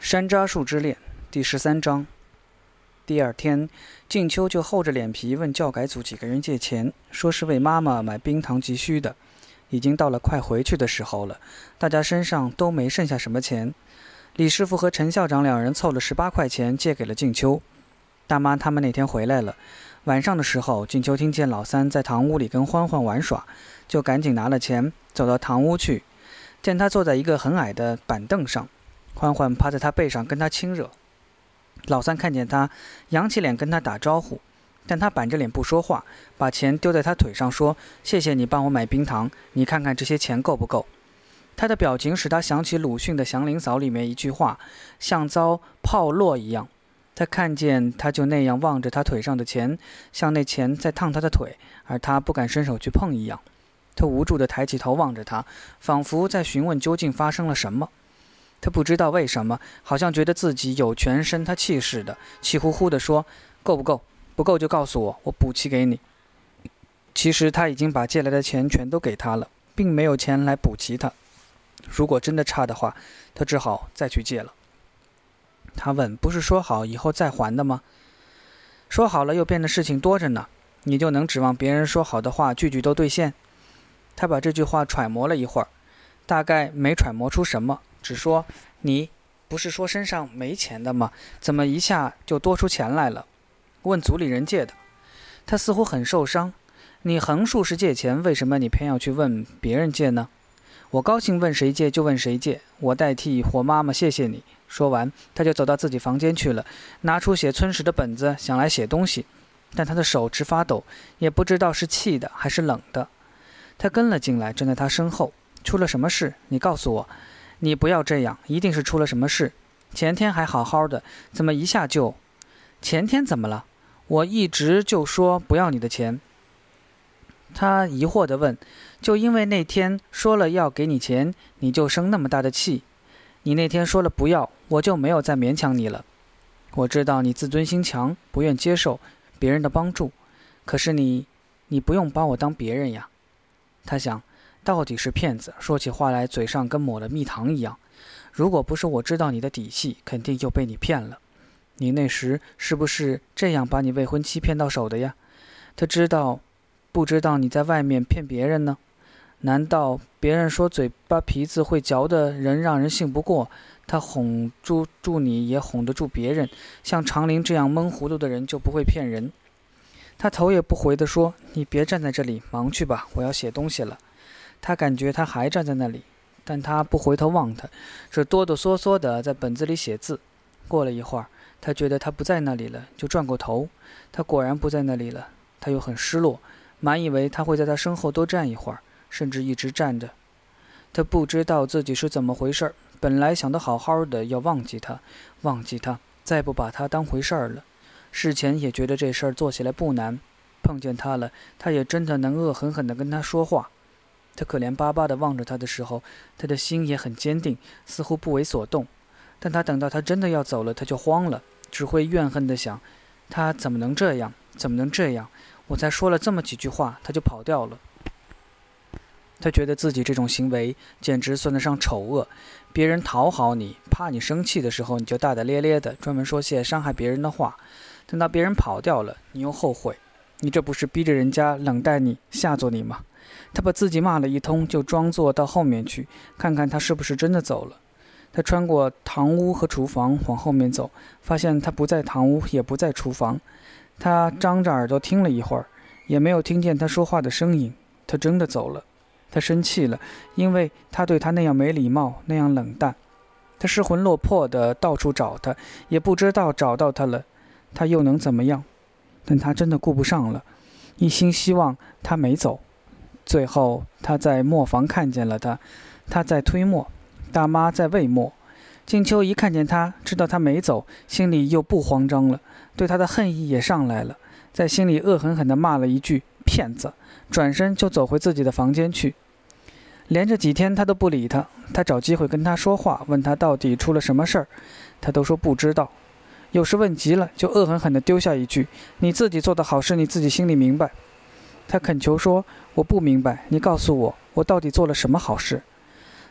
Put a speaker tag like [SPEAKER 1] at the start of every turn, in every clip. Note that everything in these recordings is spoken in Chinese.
[SPEAKER 1] 山楂树之恋第13章。第二天，静秋就厚着脸皮问教改组几个人借钱，说是为妈妈买冰糖急需的。已经到了快回去的时候了，大家身上都没剩下什么钱。李师傅和陈校长两人凑了18块钱借给了静秋。大妈他们那天回来了，晚上的时候，静秋听见老三在堂屋里跟欢欢玩耍，就赶紧拿了钱走到堂屋去，见他坐在一个很矮的板凳上，欢欢趴在他背上跟他亲热。老三看见他，扬起脸跟他打招呼，但他板着脸不说话，把钱丢在他腿上说：“谢谢你帮我买冰糖，你看看这些钱够不够？”他的表情使他想起鲁迅的《祥林嫂》里面一句话，像遭炮落一样。他看见他就那样望着他腿上的钱，像那钱在烫他的腿，而他不敢伸手去碰一样。他无助地抬起头望着他，仿佛在询问究竟发生了什么。他不知道为什么，好像觉得自己有权生他气似的，气呼呼地说：“够不够？不够就告诉我，我补齐给你。”其实他已经把借来的钱全都给他了，并没有钱来补齐他。如果真的差的话，他只好再去借了。他问：“不是说好以后再还的吗？”说好了又变的事情多着呢，你就能指望别人说好的话句句都兑现？他把这句话揣摩了一会儿，大概没揣摩出什么，只说：“你不是说身上没钱的吗？怎么一下就多出钱来了？问组里人借的。”他似乎很受伤。你横竖是借钱，为什么你偏要去问别人借呢？我高兴问谁借就问谁借，我代替活妈妈谢谢你。说完，他就走到自己房间去了，拿出写村史的本子，想来写东西，但他的手直发抖，也不知道是气的还是冷的。他跟了进来，站在他身后。出了什么事？你告诉我。你不要这样，一定是出了什么事。前天还好好的，怎么一下就……前天怎么了？我一直就说不要你的钱。他疑惑地问：“就因为那天说了要给你钱，你就生那么大的气？你那天说了不要，我就没有再勉强你了。我知道你自尊心强，不愿接受别人的帮助，可是你不用把我当别人呀。”他想，到底是骗子，说起话来嘴上跟抹了蜜糖一样。如果不是我知道你的底细，肯定又被你骗了。你那时是不是这样把你未婚妻骗到手的呀？他不知道你在外面骗别人呢？难道别人说嘴巴皮子会嚼的人让人信不过，他哄住你也哄得住别人？像长林这样闷糊涂的人就不会骗人？他头也不回地说：“你别站在这里，忙去吧，我要写东西了。”他感觉他还站在那里，但他不回头望他，只哆哆嗦嗦地在本子里写字。过了一会儿，他觉得他不在那里了，就转过头。他果然不在那里了，他又很失落，满以为他会在他身后多站一会儿，甚至一直站着。他不知道自己是怎么回事，本来想得好好的要忘记他，再不把他当回事儿了。事前也觉得这事儿做起来不难，碰见他了，他也真的能恶狠狠地跟他说话。他可怜巴巴地望着他的时候，他的心也很坚定，似乎不为所动。但他等到他真的要走了，他就慌了，只会怨恨地想：他怎么能这样？怎么能这样？我才说了这么几句话，他就跑掉了。他觉得自己这种行为简直算得上丑恶。别人讨好你，怕你生气的时候，你就大大咧咧的，专门说些伤害别人的话。等到别人跑掉了，你又后悔，你这不是逼着人家冷待你，吓作你吗？他把自己骂了一通，就装作到后面去，看看他是不是真的走了。他穿过堂屋和厨房往后面走，发现他不在堂屋，也不在厨房。他张着耳朵听了一会儿，也没有听见他说话的声音。他真的走了。他生气了，因为他对他那样没礼貌，那样冷淡。他失魂落魄地到处找他，也不知道找到他了，他又能怎么样？但他真的顾不上了，一心希望他没走。最后他在磨坊看见了他，他在推磨，大妈在喂磨。静秋一看见他，知道他没走，心里又不慌张了，对他的恨意也上来了，在心里恶狠狠地骂了一句骗子，转身就走回自己的房间去。连着几天他都不理他，他找机会跟他说话，问他到底出了什么事儿，他都说不知道。有时问急了，就恶狠狠地丢下一句：“你自己做的好事，你自己心里明白。”他恳求说：“我不明白，你告诉我，我到底做了什么好事？”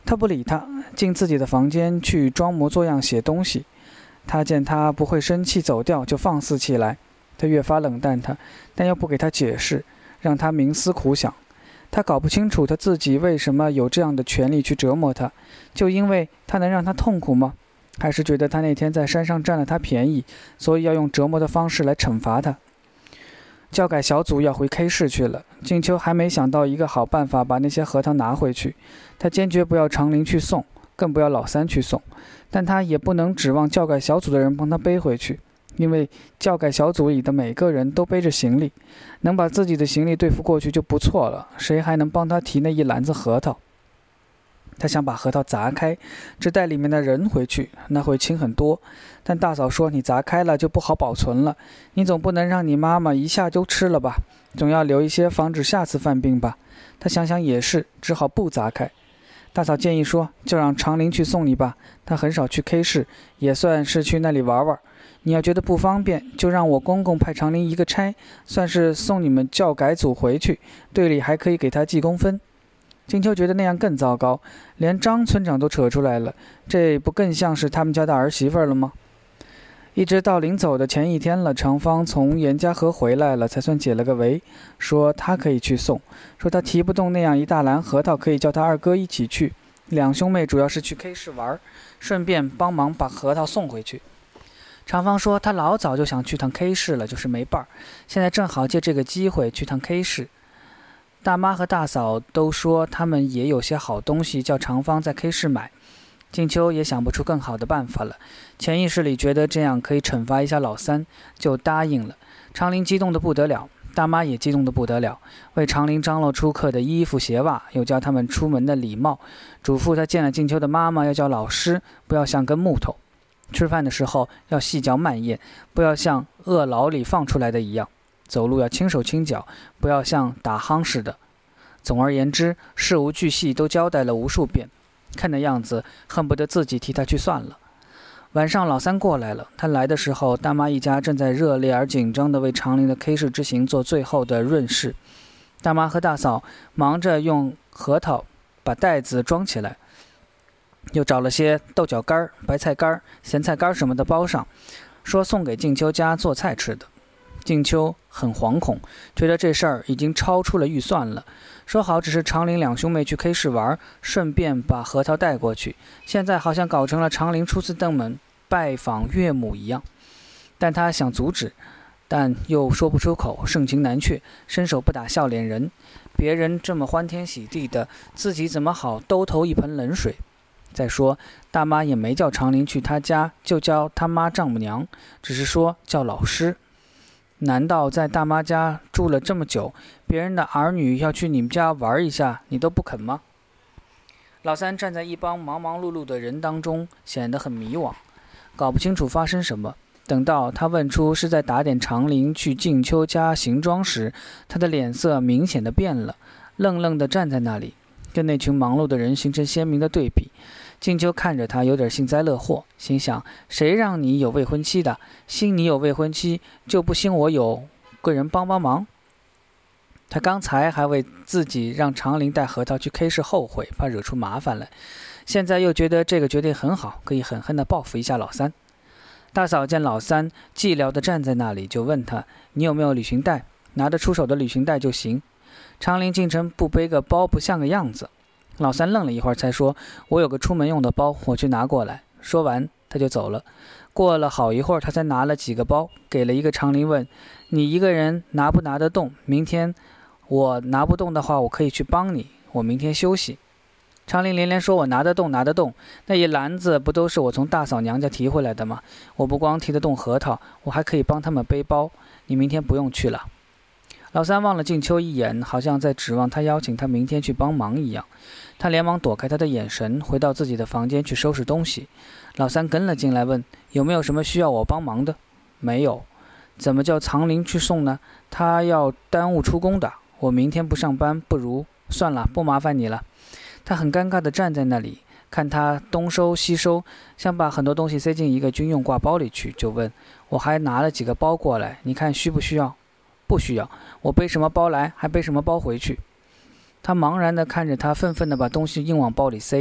[SPEAKER 1] 他不理他，进自己的房间去装模作样写东西。他见他不会生气走掉，就放肆起来。他越发冷淡他，但又不给他解释，让他冥思苦想。他搞不清楚他自己为什么有这样的权利去折磨他，就因为他能让他痛苦吗？还是觉得他那天在山上占了他便宜，所以要用折磨的方式来惩罚他？教改小组要回 K 市去了，静秋还没想到一个好办法把那些核桃拿回去。他坚决不要长林去送，更不要老三去送，但他也不能指望教改小组的人帮他背回去，因为教改小组里的每个人都背着行李，能把自己的行李对付过去就不错了，谁还能帮他提那一篮子核桃？他想把核桃砸开，只带里面的人回去，那会轻很多。但大嫂说，你砸开了就不好保存了，你总不能让你妈妈一下就吃了吧，总要留一些防止下次犯病吧。他想想也是，只好不砸开。大嫂建议说，就让长林去送你吧，他很少去 K 市，也算是去那里玩玩。你要觉得不方便，就让我公公派长林一个差，算是送你们教改组回去，队里还可以给他记功分。金秋觉得那样更糟糕，连张村长都扯出来了，这不更像是他们家的儿媳妇了吗？一直到临走的前一天了，长芳从严家河回来了，才算解了个围，说他可以去送，说他提不动那样一大篮核桃，可以叫他二哥一起去，两兄妹主要是去 K 市玩，顺便帮忙把核桃送回去。长芳说他老早就想去趟 K 市了，就是没伴儿，现在正好借这个机会去趟 K 市。大妈和大嫂都说他们也有些好东西叫长芳在 K 市买，静秋也想不出更好的办法了，潜意识里觉得这样可以惩罚一下老三，就答应了。长林激动得不得了，大妈也激动得不得了，为长林张罗出课的衣服鞋袜，又教他们出门的礼貌，嘱咐他见了静秋的妈妈要叫老师，不要像根木头，吃饭的时候要细嚼慢咽，不要像饿牢里放出来的一样，走路要轻手轻脚，不要像打夯似的。总而言之，事无巨细都交代了无数遍，看那样子恨不得自己替他去算了。晚上老三过来了，他来的时候，大妈一家正在热烈而紧张地为长林的 K 市之行做最后的润饰。大妈和大嫂忙着用核桃把袋子装起来，又找了些豆角干、白菜干、咸菜干什么的包上，说送给静秋家做菜吃的。静秋很惶恐，觉得这事儿已经超出了预算了。说好只是长林两兄妹去 K 市玩，顺便把核桃带过去，现在好像搞成了长林初次登门拜访岳母一样。但他想阻止，但又说不出口，盛情难却，伸手不打笑脸人。别人这么欢天喜地的，自己怎么好兜头一盆冷水？再说大妈也没叫长林去他家，就叫他妈丈母娘，只是说叫老师。难道在大妈家住了这么久，别人的儿女要去你们家玩一下，你都不肯吗？老三站在一帮忙忙碌碌的人当中，显得很迷惘，搞不清楚发生什么。等到他问出是在打点长林去静秋家行装时，他的脸色明显的变了，愣愣地站在那里，跟那群忙碌的人形成鲜明的对比。静秋看着他有点幸灾乐祸，心想，谁让你有未婚妻的，兴你有未婚妻，就不兴我有个人帮帮忙。他刚才还为自己让长林带核桃去 K 市后悔，怕惹出麻烦来，现在又觉得这个决定很好，可以狠狠地报复一下老三。大嫂见老三寂寥地站在那里，就问他，你有没有旅行袋？拿得出手的旅行袋就行。长林进城不背个包不像个样子。老三愣了一会儿，才说，我有个出门用的包，我去拿过来。说完他就走了。过了好一会儿，他才拿了几个包，给了一个长林，问，你一个人拿不拿得动？明天我拿不动的话，我可以去帮你，我明天休息。长林连连说，我拿得动拿得动，那一篮子不都是我从大嫂娘家提回来的吗？我不光提得动核桃，我还可以帮他们背包，你明天不用去了。老三望了静秋一眼，好像在指望他邀请他明天去帮忙一样。他连忙躲开他的眼神，回到自己的房间去收拾东西。老三跟了进来，问，有没有什么需要我帮忙的？没有。怎么叫长林去送呢？他要耽误出工的，我明天不上班，不如算了，不麻烦你了。他很尴尬地站在那里，看他东收西收，想把很多东西塞进一个军用挂包里去，就问，我还拿了几个包过来，你看需不需要？不需要，我背什么包来，还背什么包回去？他茫然地看着他，愤愤地把东西硬往包里塞。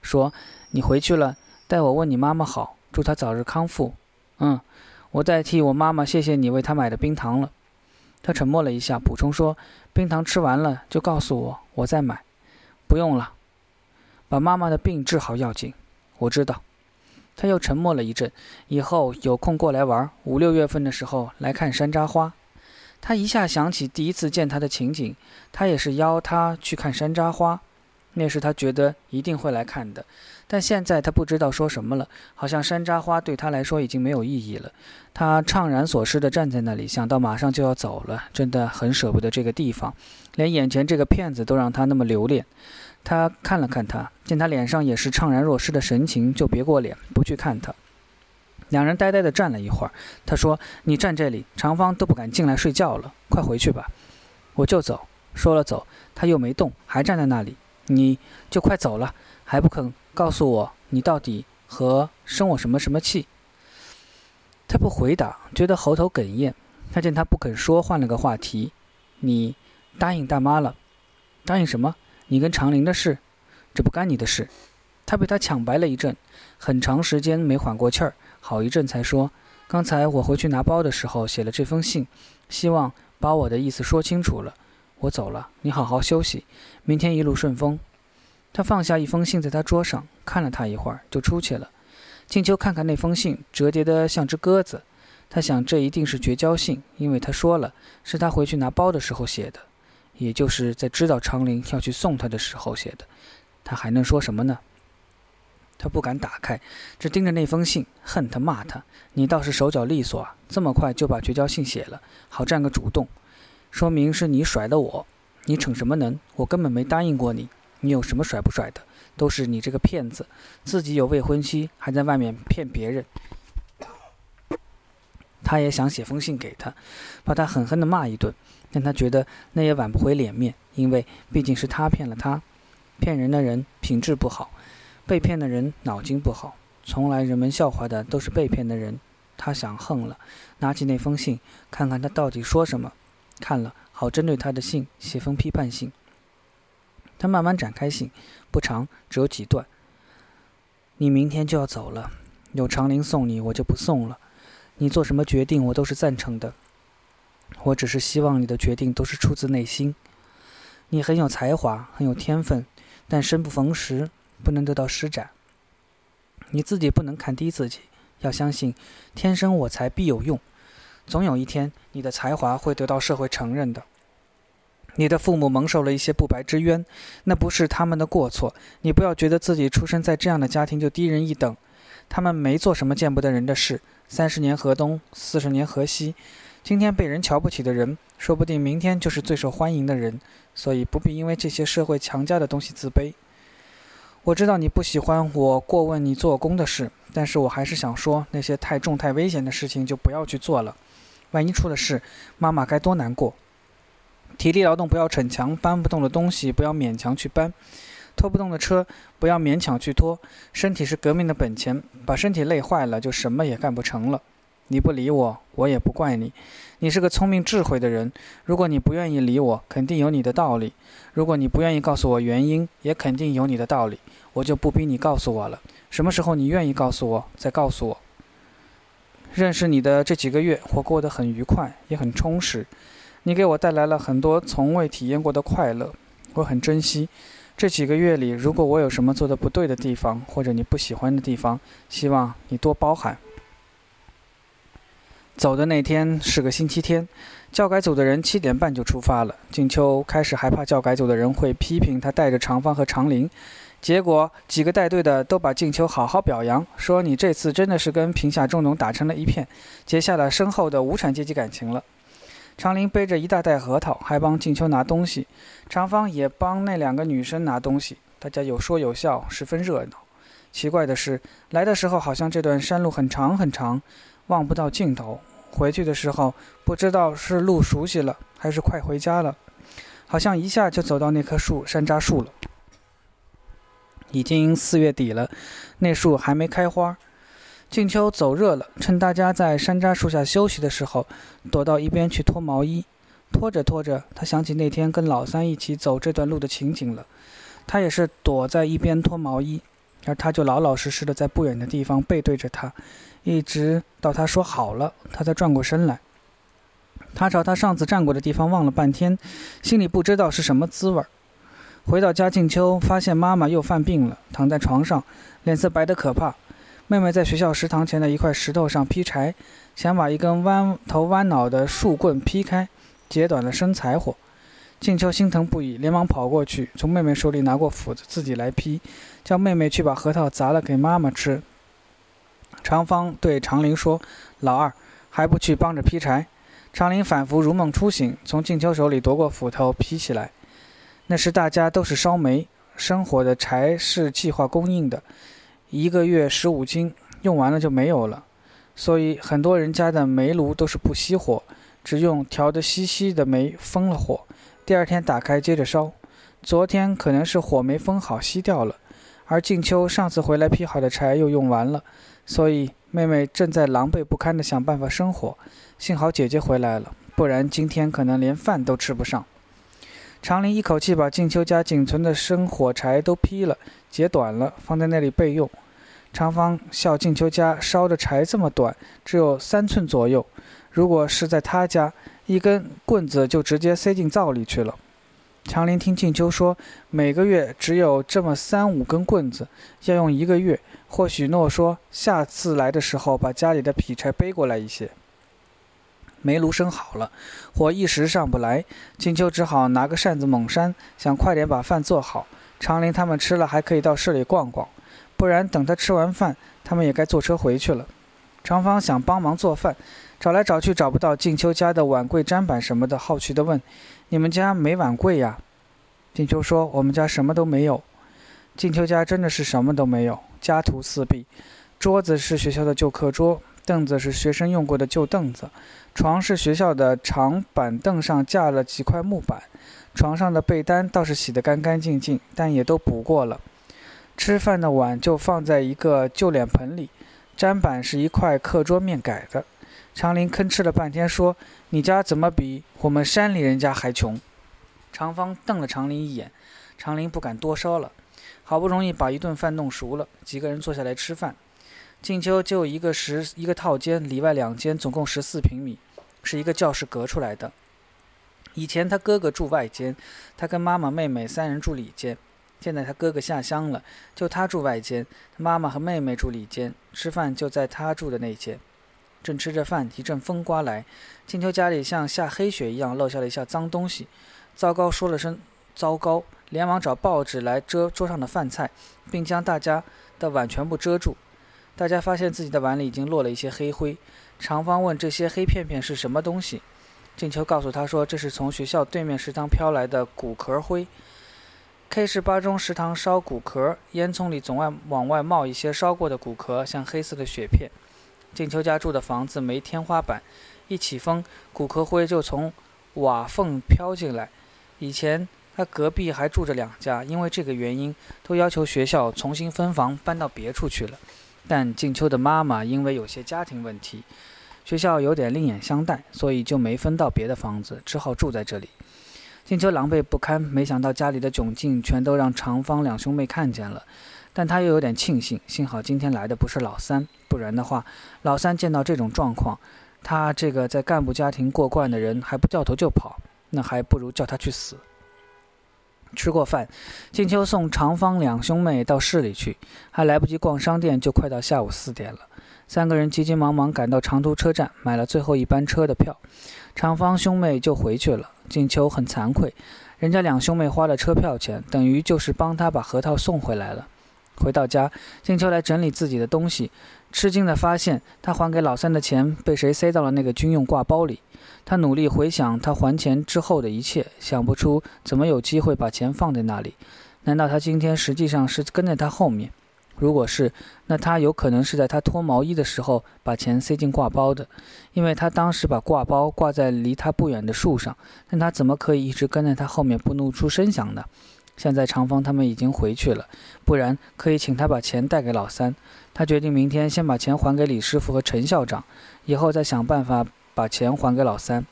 [SPEAKER 1] 说：“你回去了，代我问你妈妈好，祝她早日康复。”“我代替我妈妈谢谢你为她买的冰糖了。”他沉默了一下，补充说：“冰糖吃完了就告诉我，我再买。”“不用了，把妈妈的病治好要紧。”“我知道。”他又沉默了一阵，以后有空过来玩，5、6月份的时候来看山楂花。他一下想起第一次见他的情景，他也是邀他去看山楂花，那时他觉得一定会来看的，但现在他不知道说什么了，好像山楂花对他来说已经没有意义了。他怅然所失地站在那里，想到马上就要走了，真的很舍不得这个地方，连眼前这个骗子都让他那么留恋。他看了看他，见他脸上也是怅然若失的神情，就别过脸，不去看他。两人呆呆地站了一会儿，他说：“你站这里，长方都不敢进来睡觉了，快回去吧。”“我就走。”说了走，他又没动，还站在那里。“你就快走了，还不肯告诉我你到底和生我什么什么气？”他不回答，觉得喉头哽咽。他见他不肯说，换了个话题：“你答应大妈了？”“答应什么？你跟长林的事？这不干你的事。”他被他抢白了一阵，很长时间没缓过气儿，好一阵才说：“刚才我回去拿包的时候写了这封信，希望把我的意思说清楚了。我走了，你好好休息，明天一路顺风。”他放下一封信在他桌上，看了他一会儿，就出去了。静秋看看那封信，折叠得像只鸽子。他想这一定是绝交信，因为他说了，是他回去拿包的时候写的，也就是在知道长林要去送他的时候写的。他还能说什么呢？他不敢打开，只盯着那封信，恨他骂他：“你倒是手脚利索啊，这么快就把绝交信写了，好占个主动，说明是你甩了我。你逞什么能？我根本没答应过你，你有什么甩不甩的？都是你这个骗子，自己有未婚妻，还在外面骗别人。”他也想写封信给他，把他狠狠地骂一顿，但他觉得那也挽不回脸面，因为毕竟是他骗了他。骗人的人品质不好，被骗的人脑筋不好，从来人们笑话的都是被骗的人。他想横了，拿起那封信，看看他到底说什么，看了好针对他的信写封批判信。他慢慢展开信，不长，只有几段。你明天就要走了，有长林送你，我就不送了。你做什么决定，我都是赞成的。我只是希望你的决定都是出自内心。你很有才华，很有天分，但生不逢时，不能得到施展。你自己不能看低自己，要相信天生我材必有用，总有一天你的才华会得到社会承认的。你的父母蒙受了一些不白之冤，那不是他们的过错，你不要觉得自己出生在这样的家庭就低人一等。他们没做什么见不得人的事，30年河东，40年河西。今天被人瞧不起的人，说不定明天就是最受欢迎的人，所以不必因为这些社会强加的东西自卑。我知道你不喜欢我过问你做工的事，但是我还是想说，那些太重太危险的事情就不要去做了。万一出了事，妈妈该多难过。体力劳动不要逞强，搬不动的东西不要勉强去搬，拖不动的车不要勉强去拖。身体是革命的本钱，把身体累坏了，就什么也干不成了。你不理我，我也不怪你。你是个聪明智慧的人，如果你不愿意理我，肯定有你的道理；如果你不愿意告诉我原因，也肯定有你的道理。我就不逼你告诉我了，什么时候你愿意告诉我，再告诉我。认识你的这几个月，我过得很愉快，也很充实。你给我带来了很多从未体验过的快乐，我很珍惜。这几个月里，如果我有什么做得不对的地方，或者你不喜欢的地方，希望你多包涵。走的那天是个星期天，教改组的人7点半就出发了。静秋开始害怕教改组的人会批评他带着长方和长林，结果几个带队的都把静秋好好表扬，说你这次真的是跟贫下中农打成了一片，结下了深厚的无产阶级感情了。长林背着一大袋核桃，还帮静秋拿东西，长方也帮那2个女生拿东西，大家有说有笑，十分热闹。奇怪的是，来的时候好像这段山路很长很长，望不到尽头，回去的时候不知道是路熟悉了，还是快回家了，好像一下就走到那棵山楂树了。已经4月底了，那树还没开花。静秋走热了，趁大家在山楂树下休息的时候，躲到一边去脱毛衣。拖着拖着，他想起那天跟老三一起走这段路的情景了。他也是躲在一边脱毛衣， 而他就老老实实的在不远的地方背对着他，一直到他说好了，他才转过身来。他朝他上次站过的地方望了半天，心里不知道是什么滋味。回到家，静秋发现妈妈又犯病了，躺在床上，脸色白得可怕。妹妹在学校食堂前的一块石头上劈柴，想把一根弯头弯脑的树棍劈开，截断了生柴火。静秋心疼不已，连忙跑过去，从妹妹手里拿过斧子，自己来劈，叫妹妹去把核桃砸了给妈妈吃。长芳对长林说：“老二，还不去帮着劈柴？”长林反复如梦初醒，从静秋手里夺过斧头劈起来。那时大家都是烧煤生火的，柴是计划供应的，1个月15斤，用完了就没有了，所以很多人家的煤炉都是不熄火，只用调得稀稀的煤封了火，第二天打开接着烧。昨天可能是火没封好熄掉了，而静秋上次回来劈好的柴又用完了，所以妹妹正在狼狈不堪地想办法生火。幸好姐姐回来了，不然今天可能连饭都吃不上。长林一口气把静秋家仅存的生火柴都劈了，截短了，放在那里备用。长芳笑静秋家烧的柴这么短，只有3寸左右，如果是在他家，一根棍子就直接塞进灶里去了。长林听静秋说，每个月只有这么3-5根棍子，要用1个月，或许诺说下次来的时候把家里的劈柴背过来一些。煤炉生好了，火一时上不来，静秋只好拿个扇子猛扇，想快点把饭做好。长林他们吃了还可以到市里逛逛，不然等他吃完饭，他们也该坐车回去了。长芳想帮忙做饭，找来找去找不到静秋家的碗柜砧板什么的，好奇地问：“你们家没碗柜呀？”静秋说：“我们家什么都没有。”静秋家真的是什么都没有，家徒四壁，桌子是学校的旧课桌，凳子是学生用过的旧凳子，床是学校的长板凳上架了几块木板，床上的被单倒是洗得干干净净，但也都补过了。吃饭的碗就放在一个旧脸盆里，砧板是一块课桌面改的。长林吭哧了半天说：“你家怎么比我们山里人家还穷？”长芳瞪了长林一眼，长林不敢多说了。好不容易把一顿饭弄熟了，几个人坐下来吃饭。静秋就一个套间，里外2间，总共14平米，是一个教室隔出来的。以前他哥哥住外间，他跟妈妈妹妹3人住里间，现在他哥哥下乡了，就他住外间，他妈妈和妹妹住里间，吃饭就在他住的那间。正吃着饭，一阵风刮来，静秋家里像下黑雪一样漏下了一下脏东西。糟糕说了声糟糕，连忙找报纸来遮桌上的饭菜，并将大家的碗全部遮住。大家发现自己的碗里已经落了一些黑灰。长芳问这些黑片片是什么东西，静秋告诉他说，这是从学校对面食堂飘来的骨壳灰。K18中食堂烧骨壳，烟囱里总往外冒一些烧过的骨壳，像黑色的雪片。静秋家住的房子没天花板，一起风，骨壳灰就从瓦缝飘进来。以前他隔壁还住着2家，因为这个原因都要求学校重新分房，搬到别处去了。但静秋的妈妈因为有些家庭问题，学校有点另眼相待，所以就没分到别的房子，只好住在这里。静秋狼狈不堪，没想到家里的窘境全都让长芳2兄妹看见了，但他又有点庆幸，幸好今天来的不是老三，不然的话，老三见到这种状况，他这个在干部家庭过惯的人还不掉头就跑，那还不如叫他去死。吃过饭，静秋送长芳2兄妹到市里去，还来不及逛商店，就快到下午4点了。3个人急急忙忙赶到长途车站，买了最后一班车的票。长芳兄妹就回去了。静秋很惭愧，人家2兄妹花了车票钱，等于就是帮他把核桃送回来了。回到家，静秋来整理自己的东西，吃惊地发现他还给老三的钱被谁塞到了那个军用挂包里。他努力回想他还钱之后的一切，想不出怎么有机会把钱放在那里。难道他今天实际上是跟在他后面？如果是，那他有可能是在他脱毛衣的时候把钱塞进挂包的，因为他当时把挂包挂在离他不远的树上，但他怎么可以一直跟在他后面不弄出声响呢？现在长芳他们已经回去了，不然可以请他把钱带给老三。他决定明天先把钱还给李师傅和陈校长，以后再想办法把钱还给老三。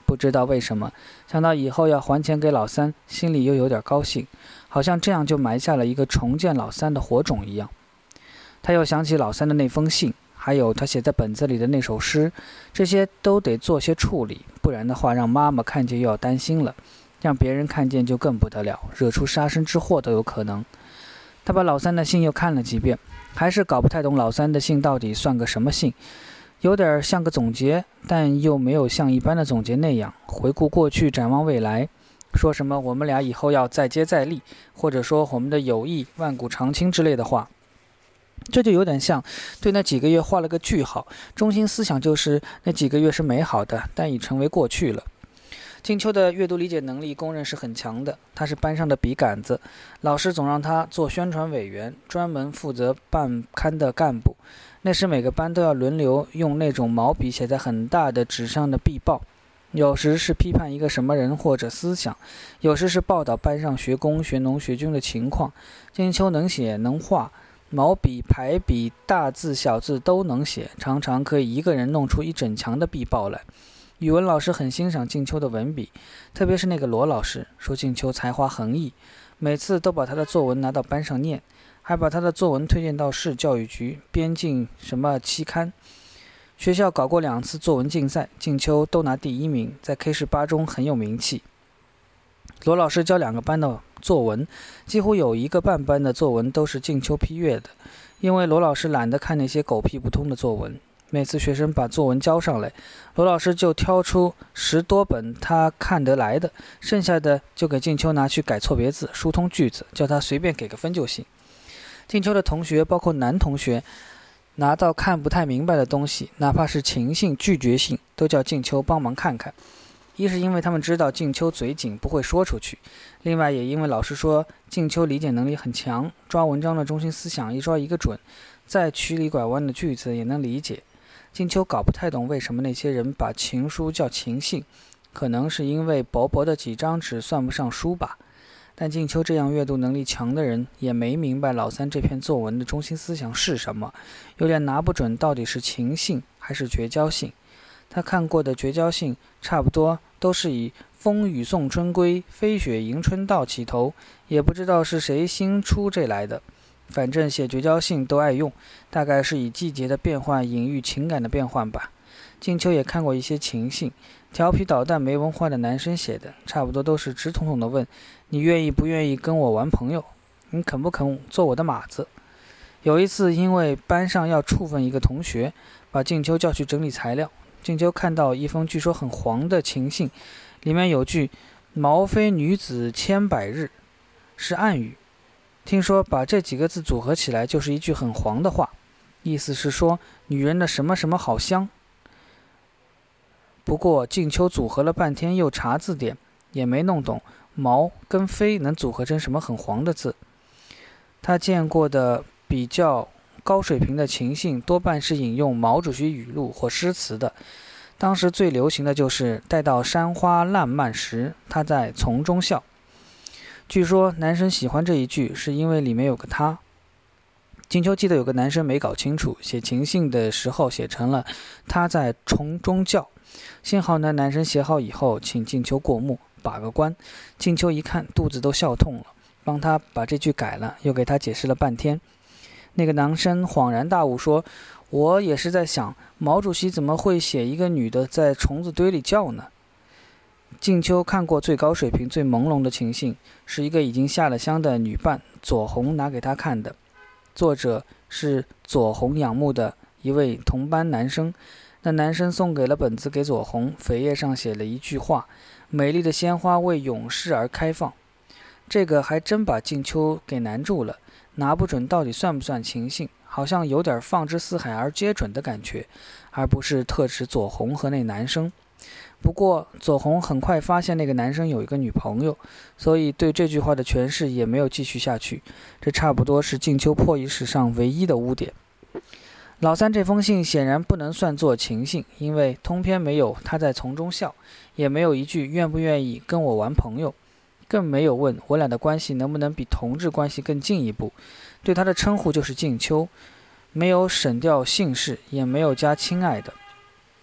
[SPEAKER 1] 不知道为什么，想到以后要还钱给老三，心里又有点高兴，好像这样就埋下了一个重建老三的火种一样。他又想起老三的那封信，还有他写在本子里的那首诗，这些都得做些处理，不然的话让妈妈看见又要担心了，让别人看见就更不得了，惹出杀身之祸都有可能。他把老三的信又看了几遍，还是搞不太懂老三的信到底算个什么信，有点像个总结，但又没有像一般的总结那样回顾过去展望未来，说什么我们俩以后要再接再厉，或者说我们的友谊万古长青之类的话。这就有点像对那几个月画了个句号，中心思想就是那几个月是美好的，但已成为过去了。静秋的阅读理解能力公认是很强的，他是班上的笔杆子，老师总让他做宣传委员，专门负责办刊的干部。那时每个班都要轮流用那种毛笔写在很大的纸上的壁报，有时是批判一个什么人或者思想，有时是报道班上学工学农学军的情况。静秋能写能画，毛笔排笔大字小字都能写，常常可以一个人弄出一整墙的壁报来。语文老师很欣赏静秋的文笔，特别是那个罗老师，说静秋才华横溢，每次都把他的作文拿到班上念，还把他的作文推荐到市教育局编进什么期刊。学校搞过2次作文竞赛，静秋都拿第1名，在 K18中很有名气。罗老师教2个班的作文，几乎有1个半班的作文都是静秋批阅的，因为罗老师懒得看那些狗屁不通的作文。每次学生把作文交上来，罗老师就挑出10多本他看得来的，剩下的就给静秋拿去改错别字、疏通句子，叫他随便给个分就行。静秋的同学，包括男同学，拿到看不太明白的东西，哪怕是情信、拒绝信，都叫静秋帮忙看看。一是因为他们知道静秋嘴紧不会说出去，另外也因为老师说静秋理解能力很强，抓文章的中心思想一抓一个准，再曲里拐弯的句子也能理解。静秋搞不太懂为什么那些人把情书叫情信，可能是因为薄薄的几张纸算不上书吧。但静秋这样阅读能力强的人也没明白老三这篇作文的中心思想是什么，有点拿不准到底是情信还是绝交信。他看过的绝交信差不多都是以风雨送春归，飞雪迎春到起头，也不知道是谁新出这来的。反正写绝交信都爱用，大概是以季节的变换隐喻情感的变换吧。静秋也看过一些情信，调皮捣蛋没文化的男生写的，差不多都是直统统的问你愿意不愿意跟我玩朋友，你肯不肯做我的马子。有一次因为班上要处分一个同学，把静秋叫去整理材料，静秋看到一封据说很黄的情信，里面有句毛非女子千百日，是暗语。听说把这几个字组合起来就是一句很黄的话，意思是说女人的什么什么好香。不过静秋组合了半天又查字典，也没弄懂毛跟非能组合成什么很黄的字。他见过的比较高水平的情信多半是引用毛主席语录或诗词的，当时最流行的就是待到山花烂漫时，他在丛中笑。据说男生喜欢这一句是因为里面有个他。静秋记得有个男生没搞清楚，写情信的时候写成了他在丛中叫，幸好呢男生写好以后请静秋过目把个关，静秋一看肚子都笑痛了，帮他把这句改了，又给他解释了半天。那个男生恍然大悟说，我也是在想毛主席怎么会写一个女的在虫子堆里叫呢。静秋看过最高水平最朦胧的情信，是一个已经下了乡的女伴左红拿给他看的，作者是左红仰慕的一位同班男生。那男生送给了本子给左红，扉页上写了一句话，美丽的鲜花为永世而开放。这个还真把静秋给难住了，拿不准到底算不算情信，好像有点放之四海而皆准的感觉，而不是特指左红和那男生。不过左红很快发现那个男生有一个女朋友，所以对这句话的诠释也没有继续下去，这差不多是静秋破译史上唯一的污点。老三这封信显然不能算作情信，因为通篇没有他在丛中笑，也没有一句愿不愿意跟我玩朋友，更没有问我俩的关系能不能比同志关系更进一步。对他的称呼就是静秋，没有省掉姓氏，也没有加亲爱的。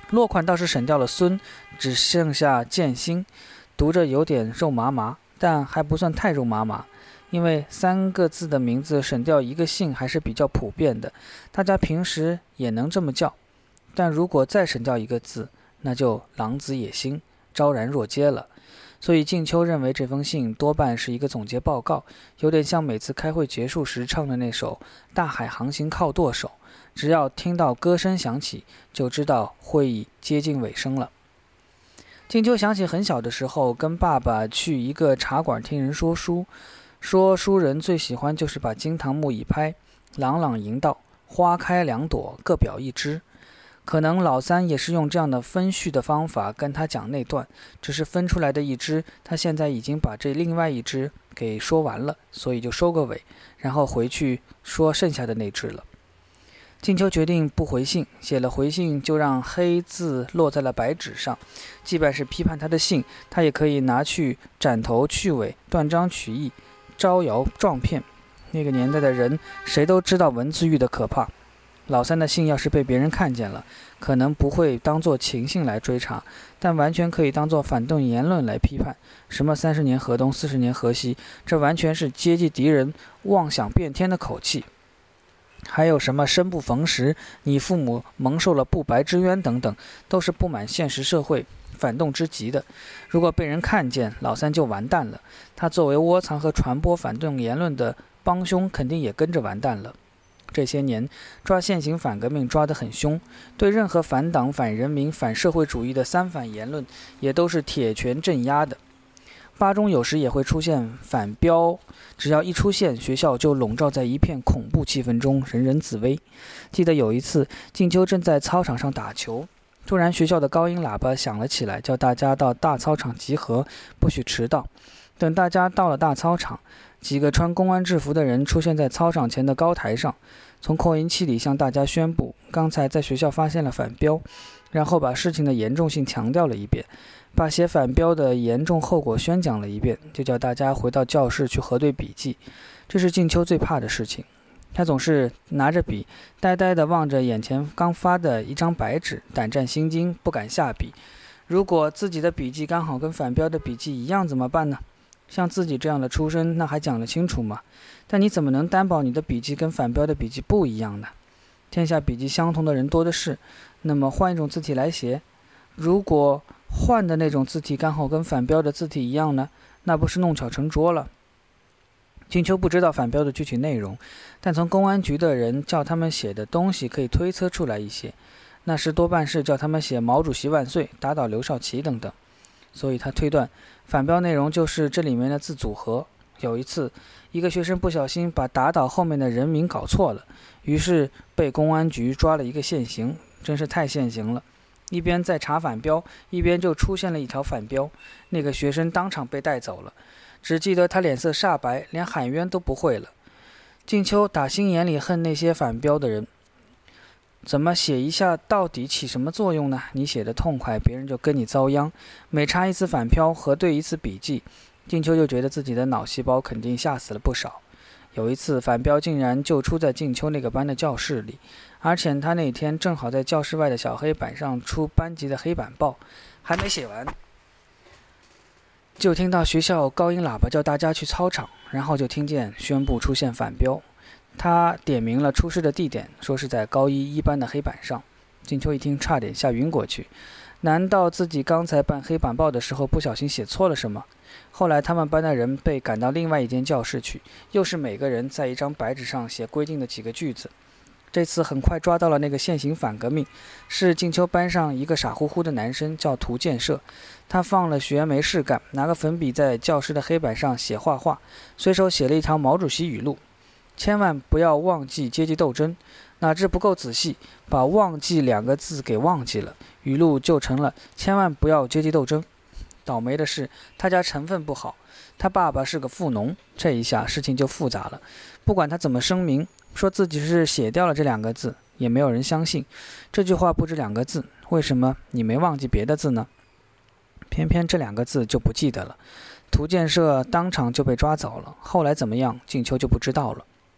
[SPEAKER 1] 落款倒是省掉了孙，只剩下建新，读着有点肉麻麻，但还不算太肉麻麻，因为3个字的名字省掉一个姓还是比较普遍的，大家平时也能这么叫。但如果再省掉一个字，那就狼子野心，昭然若揭了。所以静秋认为这封信多半是一个总结报告，有点像每次开会结束时唱的那首大海航行靠舵手，只要听到歌声响起，就知道会议接近尾声了。静秋想起很小的时候跟爸爸去一个茶馆听人说书，说书人最喜欢就是把惊堂木一拍，朗朗吟道，花开2朵各表1枝。可能老三也是用这样的分序的方法跟他讲那段，只是分出来的1枝，他现在已经把这另外1枝给说完了，所以就收个尾，然后回去说剩下的那枝了。静秋决定不回信，写了回信就让黑字落在了白纸上，即便是批判他的信，他也可以拿去斩头去尾，断章取义，招摇撞骗。那个年代的人谁都知道文字狱的可怕，老三的信要是被别人看见了，可能不会当作情信来追查，但完全可以当作反动言论来批判。什么30年河东40年河西，这完全是阶级敌人妄想变天的口气。还有什么生不逢时，你父母蒙受了不白之冤等等，都是不满现实社会反动之极的。如果被人看见，老三就完蛋了，他作为窝藏和传播反动言论的帮凶，肯定也跟着完蛋了。这些年抓现行反革命抓得很凶，对任何反党反人民反社会主义的3反言论也都是铁拳镇压的。巴中有时也会出现反标，只要一出现，学校就笼罩在一片恐怖气氛中，人人自危。记得有一次，静秋正在操场上打球，突然学校的高音喇叭响了起来，叫大家到大操场集合，不许迟到。等大家到了大操场，几个穿公安制服的人出现在操场前的高台上，从扩音器里向大家宣布刚才在学校发现了反标，然后把事情的严重性强调了一遍，把写反标的严重后果宣讲了一遍，就叫大家回到教室去核对笔记。这是静秋最怕的事情，他总是拿着笔呆呆地望着眼前刚发的一张白纸，胆战心惊，不敢下笔。如果自己的笔记刚好跟反标的笔记一样怎么办呢？像自己这样的出身，那还讲得清楚吗？但你怎么能担保你的笔记跟反标的笔记不一样呢？天下笔记相同的人多的是，那么换一种字体来写，如果换的那种字体刚好跟反标的字体一样呢，那不是弄巧成拙了。静秋不知道反标的具体内容，但从公安局的人叫他们写的东西可以推测出来一些，那时多半是叫他们写毛主席万岁，打倒刘少奇等等，所以他推断反标内容就是这里面的字组合。有一次，一个学生不小心把打倒后面的人名搞错了，于是被公安局抓了一个现行，真是太现行了。一边在查反标，一边就出现了一条反标，那个学生当场被带走了，只记得他脸色煞白，连喊冤都不会了。静秋打心眼里恨那些反标的人，怎么写一下到底起什么作用呢？你写的痛快，别人就跟你遭殃。每查一次反标，核对一次笔记，静秋就觉得自己的脑细胞肯定吓死了不少。有一次反标竟然就出在静秋那个班的教室里，而且他那天正好在教室外的小黑板上出班级的黑板报，还没写完，就听到学校高音喇叭叫大家去操场，然后就听见宣布出现反标。他点明了出事的地点，说是在高一班的黑板上。静秋一听差点吓晕过去，难道自己刚才办黑板报的时候不小心写错了什么？后来他们班的人被赶到另外一间教室去，又是每个人在一张白纸上写规定的几个句子。这次很快抓到了那个现行反革命，是静秋班上一个傻乎乎的男生，叫涂建设。他放了学没事干，拿个粉笔在教室的黑板上写画画，随手写了一条毛主席语录：千万不要忘记阶级斗争。哪知不够仔细，把忘记2个字给忘记了，语录就成了千万不要阶级斗争。倒霉的是他家成分不好，他爸爸是个富农，这一下事情就复杂了。不管他怎么声明，说自己是写掉了这2个字，也没有人相信。这句话不止2个字，为什么你没忘记别的字呢？偏偏这2个字就不记得了。涂建设当场就被抓走了，后来怎么样，静秋就不知道了。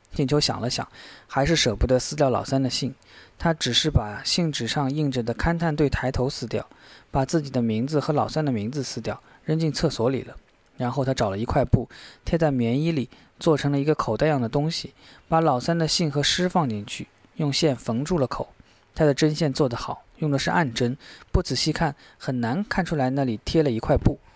[SPEAKER 1] 静秋想了想，还是舍不得撕掉老三的信。他只是把信纸上印着的勘探队抬头撕掉，把自己的名字和老三的名字撕掉，扔进厕所里了。然后他找了一块布，贴在棉衣里，做成了一个口袋样的东西，把老三的信和诗放进去，用线缝住了口。他的针线做得好，用的是暗针，不仔细看很难看出来那里贴了一块布。